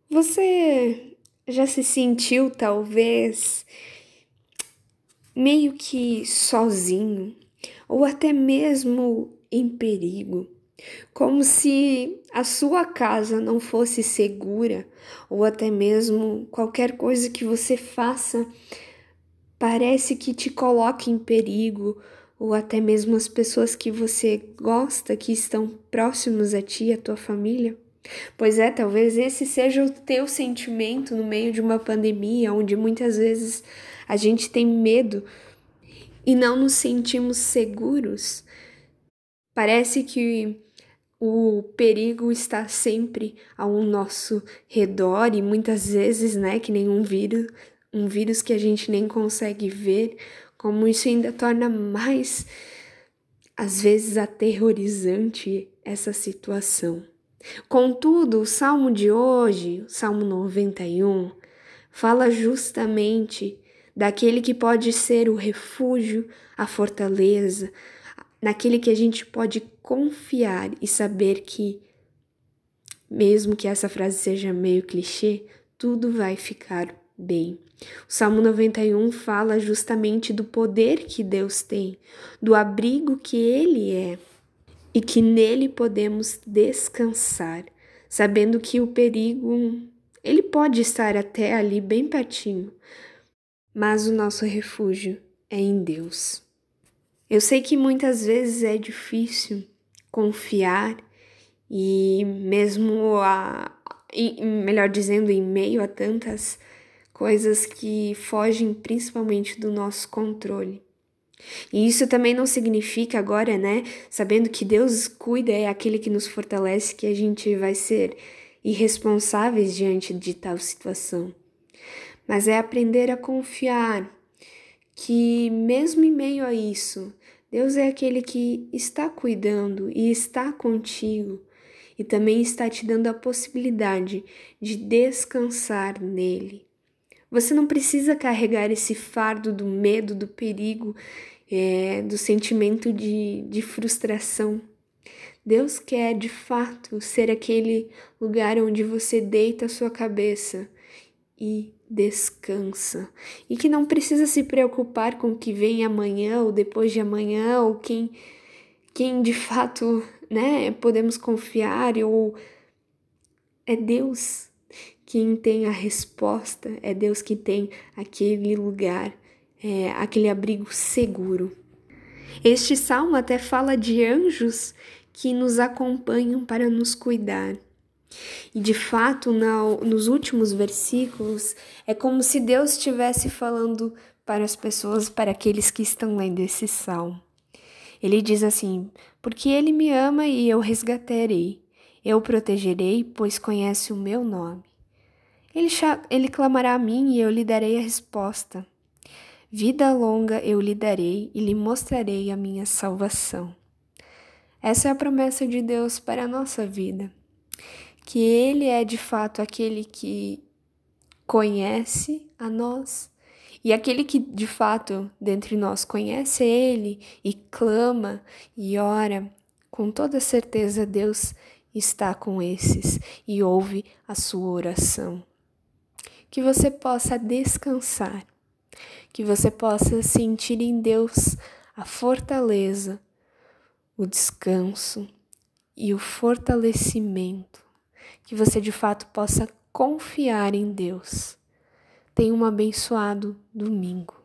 Você já se sentiu, talvez, meio que sozinho, ou até mesmo em perigo, como se a sua casa não fosse segura, ou até mesmo qualquer coisa que você faça parece que te coloca em perigo, ou até mesmo as pessoas que você gosta, que estão próximos a ti, a tua família? Pois é, talvez esse seja o teu sentimento no meio de uma pandemia, onde muitas vezes a gente tem medo e não nos sentimos seguros. Parece que o perigo está sempre ao nosso redor e muitas vezes, né, que nem um vírus que a gente nem consegue ver, como isso ainda torna mais, às vezes, aterrorizante essa situação. Contudo, o salmo de hoje, o Salmo 91, fala justamente daquele que pode ser o refúgio, a fortaleza, naquele que a gente pode confiar e saber que, mesmo que essa frase seja meio clichê, tudo vai ficar bem. O Salmo 91 fala justamente do poder que Deus tem, do abrigo que Ele é e que nele podemos descansar, sabendo que o perigo, ele pode estar até ali bem pertinho, mas o nosso refúgio é em Deus. Eu sei que muitas vezes é difícil confiar e mesmo melhor dizendo, em meio a tantas coisas que fogem principalmente do nosso controle. E isso também não significa agora, né, sabendo que Deus cuida, é aquele que nos fortalece, que a gente vai ser irresponsáveis diante de tal situação. Mas é aprender a confiar que mesmo em meio a isso, Deus é aquele que está cuidando e está contigo e também está te dando a possibilidade de descansar nele. Você não precisa carregar esse fardo do medo, do perigo, do sentimento de frustração. Deus quer, de fato, ser aquele lugar onde você deita a sua cabeça e descansa. E que não precisa se preocupar com o que vem amanhã ou depois de amanhã, ou quem de fato, né, podemos confiar, ou é Deus quem tem a resposta, é Deus que tem aquele lugar, aquele abrigo seguro. Este salmo até fala de anjos que nos acompanham para nos cuidar. E de fato, nos últimos versículos, é como se Deus estivesse falando para as pessoas, para aqueles que estão lendo esse salmo. Ele diz assim: porque ele me ama e eu resgatarei, eu o protegerei, pois conhece o meu nome. Ele clamará a mim e eu lhe darei a resposta. Vida longa eu lhe darei e lhe mostrarei a minha salvação. Essa é a promessa de Deus para a nossa vida, que Ele é de fato aquele que conhece a nós e aquele que de fato dentre nós conhece Ele e clama e ora, com toda certeza Deus está com esses e ouve a sua oração. Que você possa descansar, que você possa sentir em Deus a fortaleza, o descanso e o fortalecimento, que você de fato possa confiar em Deus. Tenha um abençoado domingo.